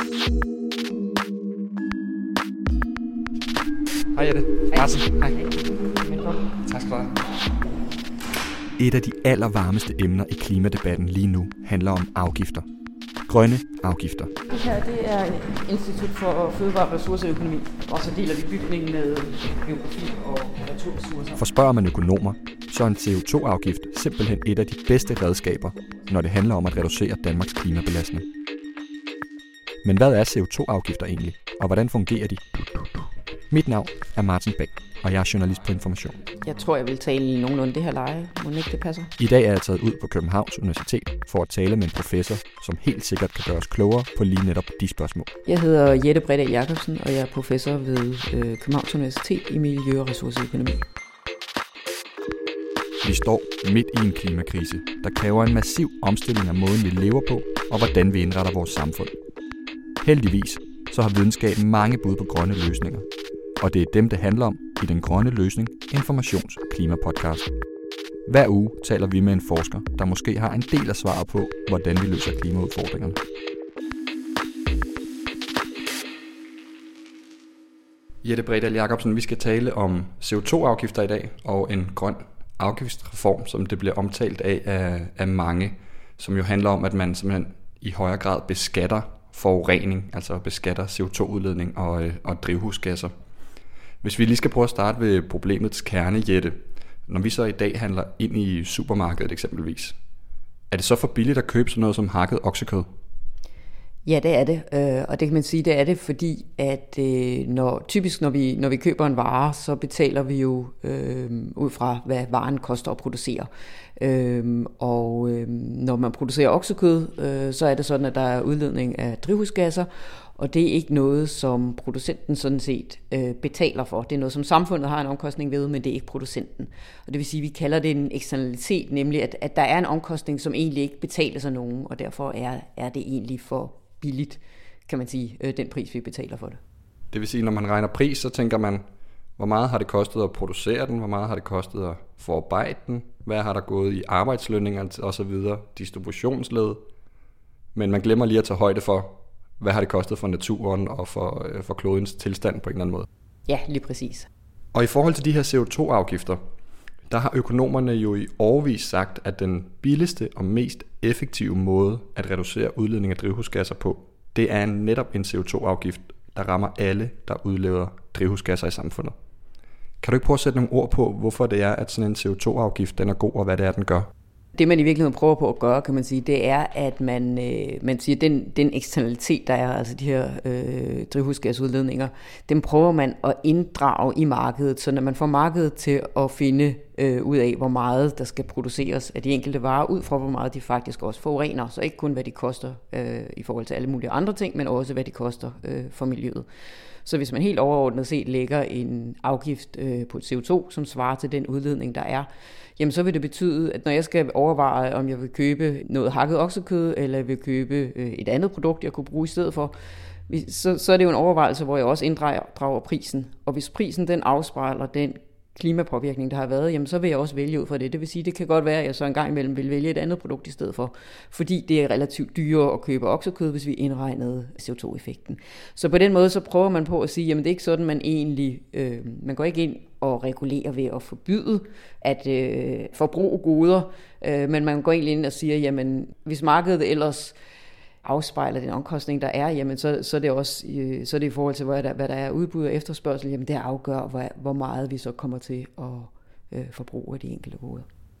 Hej Jette. Martin. Hej. Velkommen. Tak skal du have. Et af de allervarmeste emner i klimadebatten lige nu handler om afgifter. Grønne afgifter. Det her det er Institut for Fødevare- og Ressourceøkonomi, og så deler vi bygningen med geografi og naturressourcer. For spørger man økonomer, så er en CO2-afgift simpelthen et af de bedste redskaber, når det handler om at reducere Danmarks klimabelastning. Men hvad er CO2-afgifter egentlig, og hvordan fungerer de? Mit navn er Martin Bag, og jeg er journalist på Information. Jeg tror, jeg vil tale i nogenlunde det her leje. Må ikke det passer? I dag er jeg taget ud på Københavns Universitet for at tale med en professor, som helt sikkert kan gøre os klogere på lige netop de spørgsmål. Jeg hedder Jette Bredahl Jacobsen, og jeg er professor ved Københavns Universitet i miljø- og ressourceøkonomi. Vi står midt i en klimakrise, der kræver en massiv omstilling af måden, vi lever på, og hvordan vi indretter vores samfund. Heldigvis så har videnskaben mange bud på grønne løsninger, og det er dem, det handler om i Den Grønne Løsning Informations- og Klimapodcast. Hver uge taler vi med en forsker, der måske har en del af svaret på, hvordan vi løser klimaudfordringerne. Jette Bredahl Jacobsen, vi skal tale om CO2-afgifter i dag og en grøn afgiftsreform, som det bliver omtalt af mange, som jo handler om, at man simpelthen i højere grad beskatter forurening, altså beskatter CO2-udledning og drivhusgasser. Hvis vi lige skal prøve at starte ved problemets kerne, Jette, når vi så i dag handler ind i supermarkedet eksempelvis, er det så for billigt at købe sådan noget som hakket oksekød? Ja, det er det, og det kan man sige, det er det, fordi at når vi køber en vare, så betaler vi jo ud fra, hvad varen koster at producere. Når man producerer oksekød, så er det sådan, at der er udledning af drivhusgasser, og det er ikke noget, som producenten sådan set betaler for. Det er noget, som samfundet har en omkostning ved, men det er ikke producenten. Og det vil sige, at vi kalder det en eksternalitet, nemlig at der er en omkostning, som egentlig ikke betales af nogen, og derfor er det egentlig for billigt, kan man sige, den pris, vi betaler for det. Det vil sige, når man regner pris, så tænker man, hvor meget har det kostet at producere den, hvor meget har det kostet at forarbejde den, hvad har der gået i arbejdslønninger osv., distributionsled, men man glemmer lige at tage højde for, hvad har det kostet for naturen og for klodens tilstand på en eller anden måde. Ja, lige præcis. Og i forhold til de her CO2-afgifter, der har økonomerne jo i årevis sagt, at den billigste og mest effektive måde at reducere udledning af drivhusgasser på, det er netop en CO2-afgift, der rammer alle, der udleder drivhusgasser i samfundet. Kan du ikke prøve at sætte nogle ord på, hvorfor det er, at sådan en CO2-afgift den er god, og hvad det er, den gør? Det man i virkeligheden prøver på at gøre, kan man sige, det er, at man siger, den eksternalitet, der er, altså de her drivhusgasudledninger, den prøver man at inddrage i markedet, så når man får markedet til at finde ud af, hvor meget der skal produceres af de enkelte varer, ud fra hvor meget de faktisk også forurener, så ikke kun hvad de koster i forhold til alle mulige andre ting, men også hvad de koster for miljøet. Så hvis man helt overordnet set lægger en afgift på CO2, som svarer til den udledning, der er, jamen så vil det betyde, at når jeg skal overveje, om jeg vil købe noget hakket oksekød, eller jeg vil købe et andet produkt, jeg kunne bruge i stedet for, så er det jo en overvejelse, hvor jeg også inddrager prisen. Og hvis prisen den afspejler den klimapåvirkning, der har været, jamen så vil jeg også vælge ud fra det. Det vil sige, det kan godt være, at jeg så en gang imellem vil vælge et andet produkt i stedet for, fordi det er relativt dyrere at købe oksekød, hvis vi indregnede CO2-effekten. Så på den måde, så prøver man på at sige, jamen det er ikke sådan, man egentlig, man går ikke ind og regulerer ved at forbyde at forbruge goder, men man går egentlig ind og siger, jamen hvis markedet ellers afspejler den omkostning, der er, jamen så er det også så er det i forhold til, hvad der er udbud og efterspørgsel, jamen det afgør, hvor meget vi så kommer til at forbruge af de enkelte goder.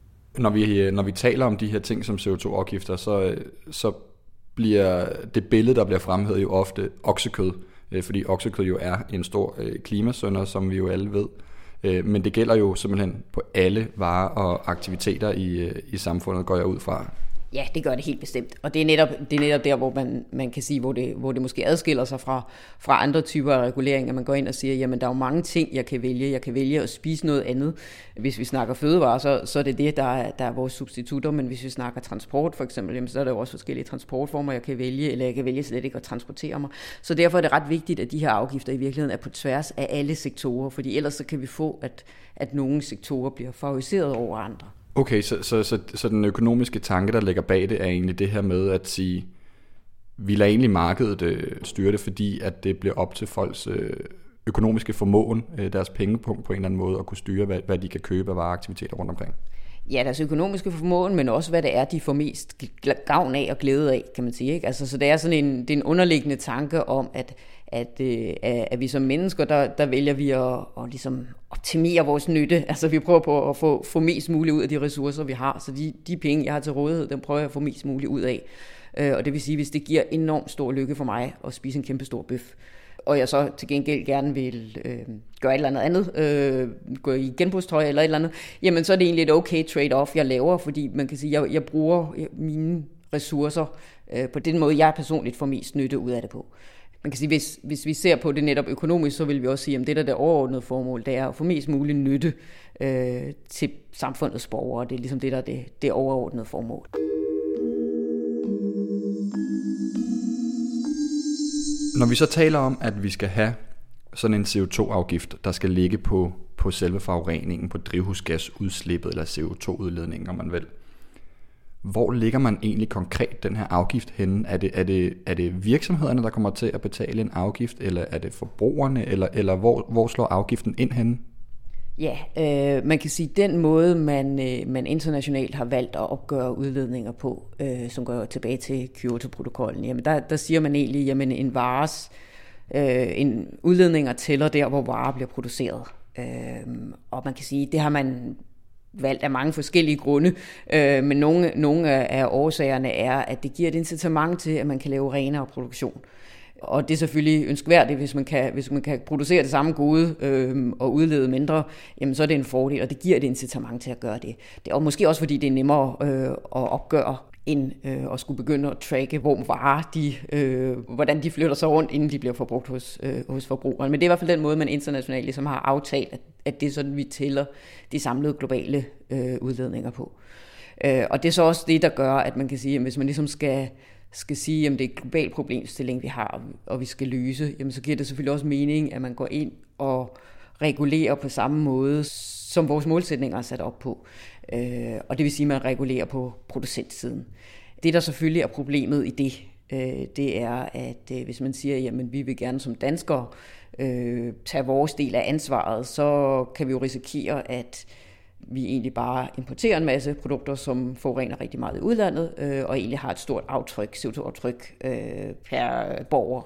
Når vi taler om de her ting som CO2-afgifter, så bliver det billede, der bliver fremhævet jo ofte oksekød, fordi oksekød jo er en stor klimasynder, som vi jo alle ved. Men det gælder jo simpelthen på alle varer og aktiviteter i samfundet, går jeg ud fra. Ja, det gør det helt bestemt. Og det er netop der, hvor man kan sige, hvor det måske adskiller sig fra andre typer af reguleringer. Man går ind og siger, jamen der er jo mange ting, jeg kan vælge. Jeg kan vælge at spise noget andet. Hvis vi snakker fødevarer, så er det, der er vores substitutter. Men hvis vi snakker transport for eksempel, jamen, så er der jo også forskellige transportformer, jeg kan vælge, eller jeg kan vælge slet ikke at transportere mig. Så derfor er det ret vigtigt, at de her afgifter i virkeligheden er på tværs af alle sektorer, fordi ellers så kan vi få, at nogle sektorer bliver favoriseret over andre. Okay, så den økonomiske tanke, der ligger bag det, er egentlig det her med at sige, vi lader egentlig markedet styre det, fordi at det bliver op til folks økonomiske formåen, deres pengepunkt på en eller anden måde, at kunne styre, hvad de kan købe af vareaktiviteter rundt omkring. Ja, deres økonomiske formåen, men også hvad det er, de får mest gavn af og glæde af, kan man sige. Ikke? Altså, så det er sådan en underliggende tanke om, at vi som mennesker, der vælger vi at ligesom optimere vores nytte. Altså vi prøver på at få mest muligt ud af de ressourcer, vi har. Så de penge, jeg har til rådighed, dem prøver jeg at få mest muligt ud af. Og det vil sige, hvis det giver enormt stor lykke for mig at spise en kæmpe stor bøf, og jeg så til gengæld gerne vil gøre et eller andet, gå i genbrugstøj eller et eller andet, jamen så er det egentlig et okay trade-off, jeg laver, fordi man kan sige, at jeg bruger mine ressourcer på den måde, jeg personligt får mest nytte ud af det på. Man kan sige, hvis vi ser på det netop økonomisk, så vil vi også sige, at det overordnede formål, det er at få mest mulig nytte til samfundets borgere. Det er ligesom det, der er det overordnede formål. Når vi så taler om, at vi skal have sådan en CO2-afgift, der skal ligge på selve forureningen, på drivhusgasudslippet eller CO2-udledningen, om man vil. Hvor ligger man egentlig konkret den her afgift henne? Er det virksomhederne, der kommer til at betale en afgift, eller er det forbrugerne, eller hvor slår afgiften ind henne? Ja, man kan sige, at den måde, man internationalt har valgt at opgøre udledninger på, som går tilbage til Kyoto-protokollen, jamen der siger man egentlig, at en udledninger tæller der, hvor varer bliver produceret. Og man kan sige, det har man valgt af mange forskellige grunde, men nogle af årsagerne er, at det giver et incitament til, at man kan lave renere produktion. Og det er selvfølgelig ønskværdigt, hvis man kan producere det samme gode og udlede mindre, jamen så er det en fordel, og det giver et incitament til at gøre det. Det er måske også, fordi det er nemmere at opgøre, end at skulle begynde at tracke, hvor varer, hvordan de flytter sig rundt, inden de bliver forbrugt hos forbrugeren. Men det er i hvert fald den måde, man internationalt ligesom har aftalt, at det er sådan, vi tæller de samlede globale udledninger på. Og det er så også det, der gør, at man kan sige, at hvis man ligesom skal sige, at det er en global problemstilling, vi har, og vi skal løse, jamen så giver det selvfølgelig også mening, at man går ind og regulerer på samme måde, som vores målsætninger er sat op på. Og det vil sige, at man regulerer på producentsiden. Det, der selvfølgelig er problemet i det er, at hvis man siger, jamen vi vil gerne som danskere tage vores del af ansvaret, så kan vi jo risikere, at vi egentlig bare importerer en masse produkter, som forurener rigtig meget i udlandet, og egentlig har et stort CO2-aftryk per borger.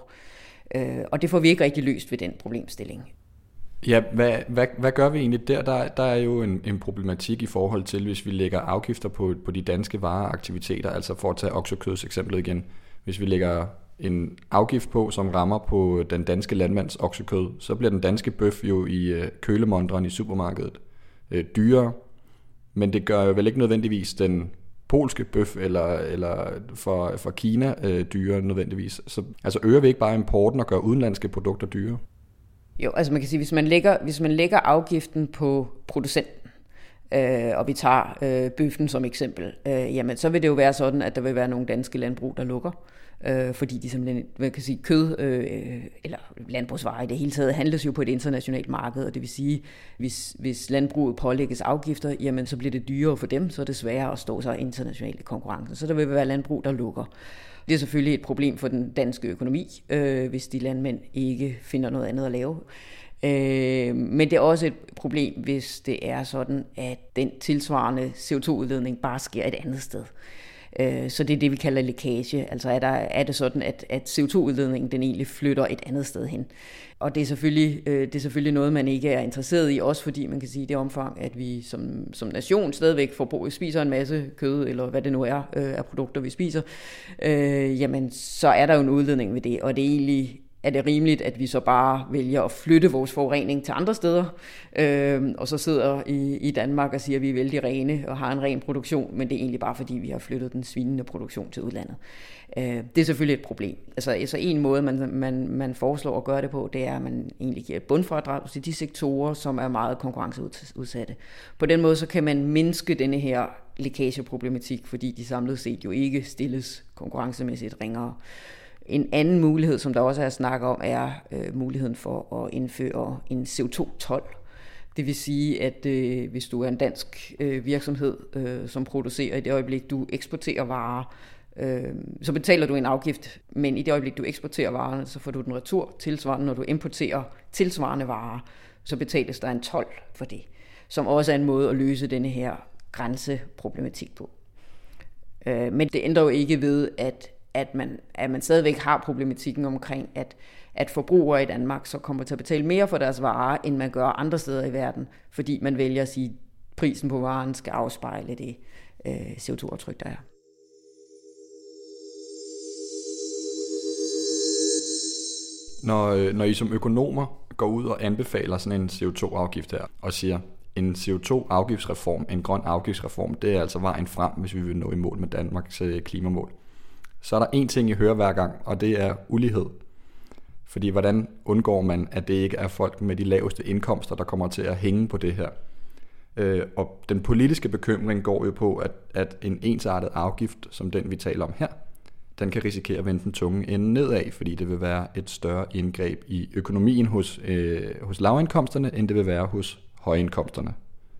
Og det får vi ikke rigtig løst ved den problemstilling. Ja, hvad gør vi egentlig der? Der er jo en problematik i forhold til, hvis vi lægger afgifter på de danske vareaktiviteter, altså for at tage oksekøds eksemplet igen. Hvis vi lægger en afgift på, som rammer på den danske landmands oksekød, så bliver den danske bøf jo i kølemontren i supermarkedet dyrere, men det gør jo vel ikke nødvendigvis den polske bøf eller for Kina dyrere nødvendigvis. Så altså øger vi ikke bare importen og gør udenlandske produkter dyrere? Jo, altså man kan sige, hvis man lægger afgiften på producenten, og vi tager bøffen som eksempel, jamen så vil det jo være sådan, at der vil være nogle danske landbrug, der lukker. Fordi de simpelthen, man kan sige, kød eller landbrugsvarer i det hele taget handles jo på et internationalt marked, og det vil sige, hvis landbruget pålægges afgifter, jamen så bliver det dyrere for dem, så er det sværere at stå sig internationalt i konkurrencen. Så der vil være landbrug, der lukker. Det er selvfølgelig et problem for den danske økonomi, hvis de landmænd ikke finder noget andet at lave. Men det er også et problem, hvis det er sådan, at den tilsvarende CO2-udledning bare sker et andet sted. Så det er det, vi kalder lækage. Altså er det sådan, at CO2-udledningen den egentlig flytter et andet sted hen. Og det er selvfølgelig noget, man ikke er interesseret i, også fordi man kan sige, i det omfang, at vi som nation stadigvæk spiser en masse kød, eller hvad det nu er af produkter, vi spiser, jamen så er der jo en udledning ved det, og det er egentlig er det rimeligt, at vi så bare vælger at flytte vores forurening til andre steder, og så sidder i Danmark og siger, at vi er vældig rene og har en ren produktion, men det er egentlig bare fordi, vi har flyttet den svinende produktion til udlandet. Det er selvfølgelig et problem. Altså en måde, man foreslår at gøre det på, det er, at man egentlig giver et bundfradrag til de sektorer, som er meget konkurrenceudsatte. På den måde, så kan man mindske denne her lækageproblematik, fordi de samlet set jo ikke stilles konkurrencemæssigt ringere. En anden mulighed, som der også er snak om, er muligheden for at indføre en CO2-told. Det vil sige, at hvis du er en dansk virksomhed, som producerer i det øjeblik, du eksporterer varer, så betaler du en afgift, men i det øjeblik, du eksporterer varerne, så får du den retur. Tilsvarende, når du importerer tilsvarende varer, så betales der en told for det, som også er en måde at løse denne her grænseproblematik på. Men det ændrer jo ikke ved, at man stadigvæk har problematikken omkring, at forbrugere i Danmark så kommer til at betale mere for deres varer, end man gør andre steder i verden, fordi man vælger at sige, at prisen på varen skal afspejle det CO2-aftryk, der er. Når I som økonomer går ud og anbefaler sådan en CO2-afgift her, og siger, en CO2-afgiftsreform, en grøn afgiftsreform, det er altså vejen frem, hvis vi vil nå i mål med Danmarks klimamål, så er der en ting, I hører hver gang, og det er ulighed. Fordi hvordan undgår man, at det ikke er folk med de laveste indkomster, der kommer til at hænge på det her? Og den politiske bekymring går jo på, at en ensartet afgift, som den vi taler om her, den kan risikere at vende den tunge ende nedad, fordi det vil være et større indgreb i økonomien hos lavindkomsterne, end det vil være hos højindkomsterne.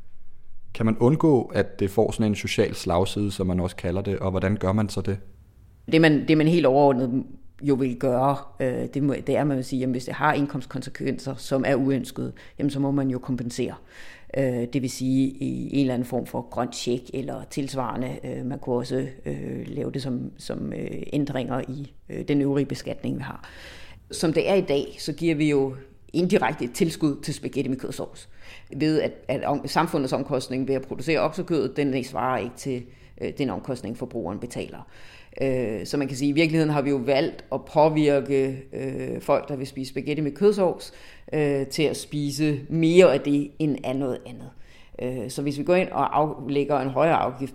Kan man undgå, at det får sådan en social slagside, som man også kalder det, og hvordan gør man så det? Det man helt overordnet jo vil gøre, det er, man vil sige, at hvis det har indkomstkonsekvenser, som er uønskede, jamen så må man jo kompensere. Det vil sige i en eller anden form for grøn check eller tilsvarende. Man kunne også lave det som ændringer i den øvrige beskatning, vi har. Som det er i dag, så giver vi jo indirekte et tilskud til spaghetti med kødsovs. Ved at samfundets omkostning ved at producere oksekød, den svarer ikke til den omkostning, forbrugeren betaler. Så man kan sige, at i virkeligheden har vi jo valgt at påvirke folk, der vil spise spaghetti med kødsovs, til at spise mere af det end af noget andet. Så hvis vi går ind og lægger en højere afgift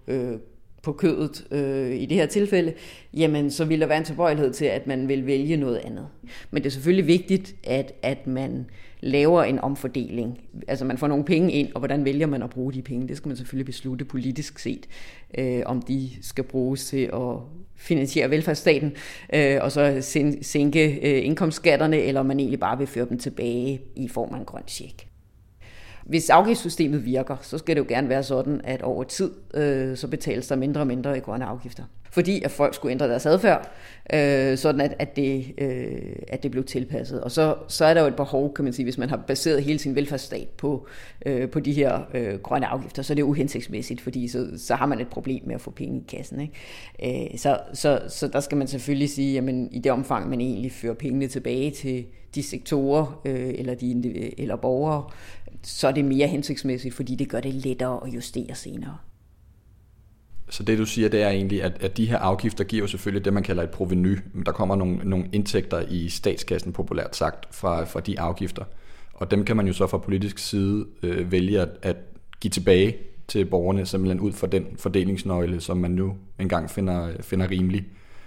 på kødet i det her tilfælde, jamen så vil der være en tilbøjelighed til, at man vil vælge noget andet. Men det er selvfølgelig vigtigt, at man laver en omfordeling. Altså man får nogle penge ind, og hvordan vælger man at bruge de penge? Det skal man selvfølgelig beslutte politisk set, om de skal bruges til at finansiere velfærdsstaten, og så sænke indkomstskatterne, eller om man egentlig bare vil føre dem tilbage i form af en grøn check. Hvis afgiftssystemet virker, så skal det jo gerne være sådan, at over tid, så betales der mindre og mindre i grønne afgifter. Fordi at folk skulle ændre deres adfærd, sådan at det blev tilpasset. Og så er der jo et behov, kan man sige, hvis man har baseret hele sin velfærdsstat på de her grønne afgifter, så er det uhensigtsmæssigt, fordi så har man et problem med at få penge i kassen. Ikke? Så der skal man selvfølgelig sige, at i det omfang, man egentlig fører pengene tilbage til de sektorer eller borgere, så er det mere hensigtsmæssigt, fordi det gør det lettere at justere senere. Så det du siger, det er egentlig, at de her afgifter giver jo selvfølgelig det, man kalder et provenu. Der kommer nogle indtægter i statskassen, populært sagt, fra de afgifter. Og dem kan man jo så fra politisk side vælge at give tilbage til borgerne, simpelthen ud fra den fordelingsnøgle, som man nu engang finder rimelig.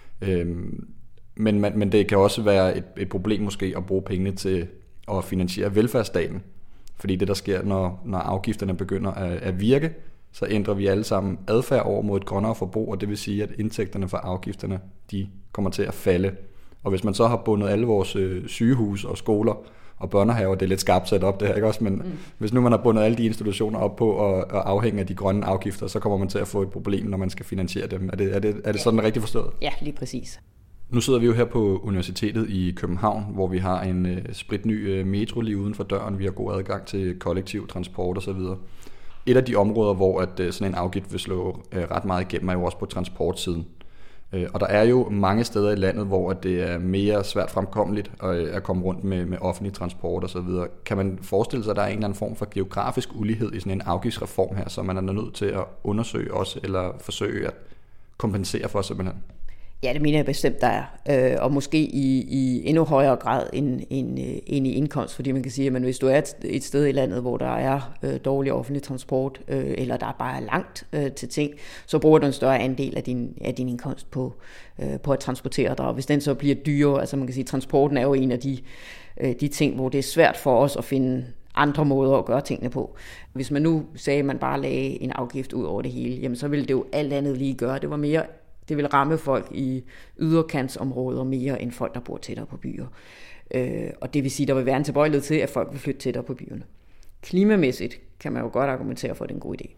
Men det kan også være et problem måske at bruge pengene til at finansiere velfærdsstaten. Fordi det, der sker, når afgifterne begynder at virke, så ændrer vi alle sammen adfærd over mod et grønnere forbrug, og det vil sige, at indtægterne fra afgifterne, de kommer til at falde. Og hvis man så har bundet alle vores sygehus og skoler og børnehaver, det er lidt skarpt sat op det her, ikke også? Men hvis nu man har bundet alle de institutioner op på at afhænge af de grønne afgifter, så kommer man til at få et problem, når man skal finansiere dem. Er det sådan rigtigt forstået? Ja, lige præcis. Nu sidder vi jo her på Universitetet i København, hvor vi har en spritny metro lige uden for døren. Vi har god adgang til kollektiv transport osv. Et af de områder, hvor at sådan en afgift vil slå ret meget igennem, er jo også på transportsiden. Og der er jo mange steder i landet, hvor at det er mere svært fremkommeligt at komme rundt med offentlig transport osv. Kan man forestille sig, at der er en eller anden form for geografisk ulighed i sådan en afgiftsreform her, som man er nødt til at undersøge også, eller forsøge at kompensere for simpelthen? Ja, det mener jeg bestemt, der er. Og måske i endnu højere grad end i indkomst, fordi man kan sige, at hvis du er et sted i landet, hvor der er dårlig offentlig transport, eller der bare er langt til ting, så bruger du en større andel af din indkomst på at transportere dig. Og hvis den så bliver dyrere, altså man kan sige, at transporten er jo en af de ting, hvor det er svært for os at finde andre måder at gøre tingene på. Hvis man nu sagde, at man bare lagde en afgift ud over det hele, jamen så ville det jo alt andet lige gøre. Det vil ramme folk i yderkantsområder mere end folk, der bor tættere på byer. Og det vil sige, at der vil være en tilbøjelighed til, at folk vil flytte tættere på byerne. Klimamæssigt kan man jo godt argumentere for, at det er en god idé.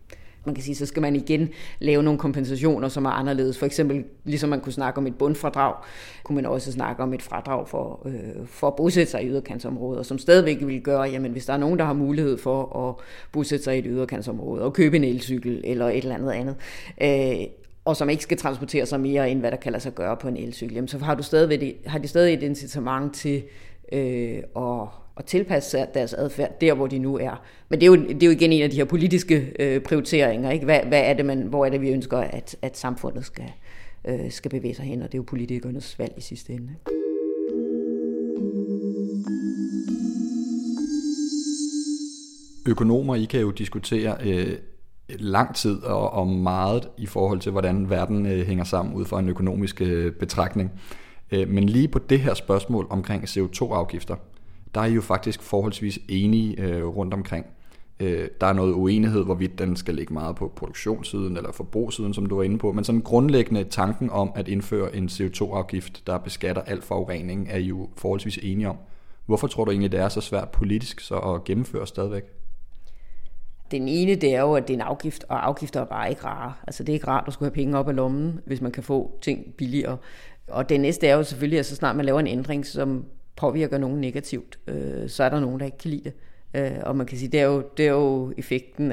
man kan sige, så skal man igen lave nogle kompensationer, som er anderledes. For eksempel, ligesom man kunne snakke om et bundfradrag, kunne man også snakke om et fradrag for at bosætte sig i yderkantsområder, som stadigvæk vil gøre, jamen hvis der er nogen, der har mulighed for at bosætte sig i et yderkantsområde og købe en elcykel eller et eller andet, og som ikke skal transportere sig mere, end hvad der kan lade sig gøre på en elcykel, jamen så har de stadig et incitament til at tilpasse deres adfærd der, hvor de nu er. Men det er jo igen en af de her politiske prioriteringer, ikke? Hvor er det, vi ønsker, at samfundet skal bevæge sig hen, og det er jo politikernes valg i sidste ende. Økonomer, I kan jo diskutere lang tid og meget i forhold til, hvordan verden hænger sammen ud fra en økonomisk betragtning. Men lige på det her spørgsmål omkring CO2-afgifter, der er I jo faktisk forholdsvis enige rundt omkring. Der er noget uenighed, hvorvidt den skal ligge meget på produktionssiden eller forbrugssiden, som du var inde på. Men sådan grundlæggende tanken om at indføre en CO2-afgift, der beskatter al forurening, er I jo forholdsvis enige om. Hvorfor tror du egentlig, det er så svært politisk så at gennemføre stadigvæk? Den ene, det er jo, at det er en afgift, og afgifter er bare ikke rare. Altså det er ikke rart at skulle have penge op af lommen, hvis man kan få ting billigere. Og det næste er jo selvfølgelig, at så snart man laver en ændring, som påvirker nogen negativt, så er der nogen, der ikke kan lide det. Og man kan sige, det er jo effekten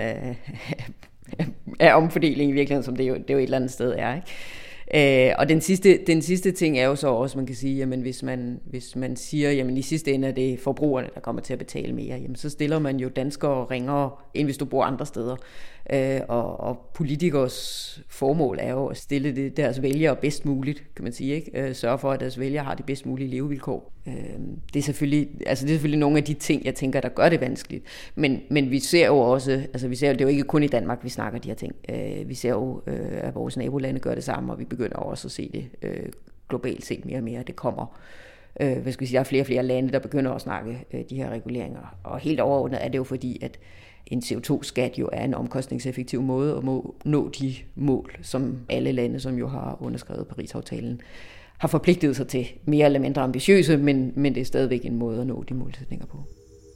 af omfordeling i virkeligheden, som det jo et eller andet sted er, ikke? Og den sidste ting er jo så også, man kan sige, jamen hvis man siger, jamen i sidste ende er det forbrugerne, der kommer til at betale mere, jamen så stiller man jo danskere ringere, end hvis du bor andre steder. Og politikers formål er jo at stille deres vælgere bedst muligt, kan man sige, ikke? Sørge for, at deres vælgere har de bedst mulige levevilkår. Det er selvfølgelig nogle af de ting, jeg tænker, der gør det vanskeligt. Men vi ser jo også, det er jo ikke kun i Danmark, vi snakker de her ting. Vi ser jo, at vores nabolande gør det samme, og vi begynder også at se det globalt set mere og mere. Det kommer. Der er flere og flere lande, der begynder at snakke de her reguleringer. Og helt overordnet er det jo fordi, at en CO2-skat jo er en omkostningseffektiv måde at nå de mål, som alle lande, som jo har underskrevet Paris-aftalen, har forpligtet sig til. Mere eller mindre ambitiøse, men det er stadigvæk en måde at nå de målsætninger på.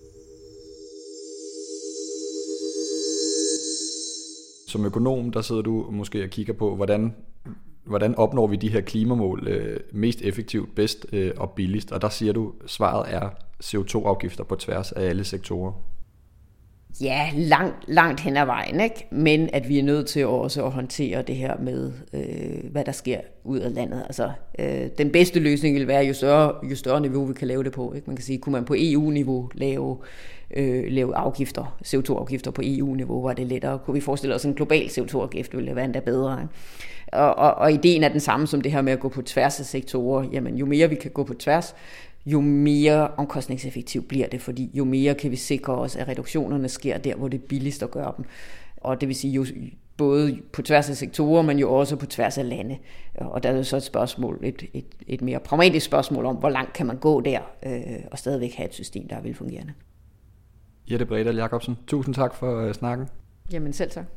Som økonom, der sidder du måske og kigger på, hvordan opnår vi de her klimamål mest effektivt, bedst og billigst? Og der siger du, svaret er CO2-afgifter på tværs af alle sektorer. Ja, langt hen ad vejen, ikke? Men at vi er nødt til også at håndtere det her med, hvad der sker ud af landet. Altså, den bedste løsning vil være, jo større niveau vi kan lave det på, ikke? Man kan sige, kunne man på EU-niveau lave afgifter, CO2-afgifter på EU-niveau, var det lettere. Kunne vi forestille os en global CO2-afgift, ville det være endda bedre, ikke? Og ideen er den samme som det her med at gå på tværs af sektorer. Jamen, jo mere vi kan gå på tværs, jo mere omkostningseffektivt bliver det, fordi jo mere kan vi sikre os, at reduktionerne sker der, hvor det er billigst at gøre dem. Og det vil sige jo både på tværs af sektorer, men jo også på tværs af lande. Og der er jo så et spørgsmål, et mere pragmatisk spørgsmål om, hvor langt kan man gå der, og stadigvæk have et system, der er velfungerende. Jette Bredahl Jacobsen, tusind tak for snakken. Jamen selv tak.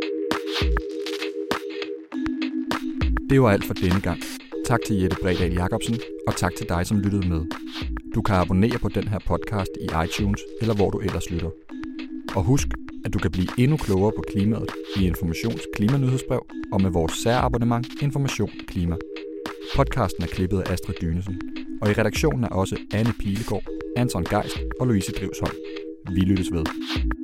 Det var alt for denne gang. Tak til Jette Bredahl Jacobsen, og tak til dig, som lyttede med. Du kan abonnere på den her podcast i iTunes, eller hvor du ellers lytter. Og husk, at du kan blive endnu klogere på klimaet i Informations klimanyhedsbrev og med vores særabonnement Information Klima. Podcasten er klippet af Astrid Dynesen, og i redaktionen er også Anne Pilegaard, Anton Geist og Louise Drivsholm. Vi lyttes ved.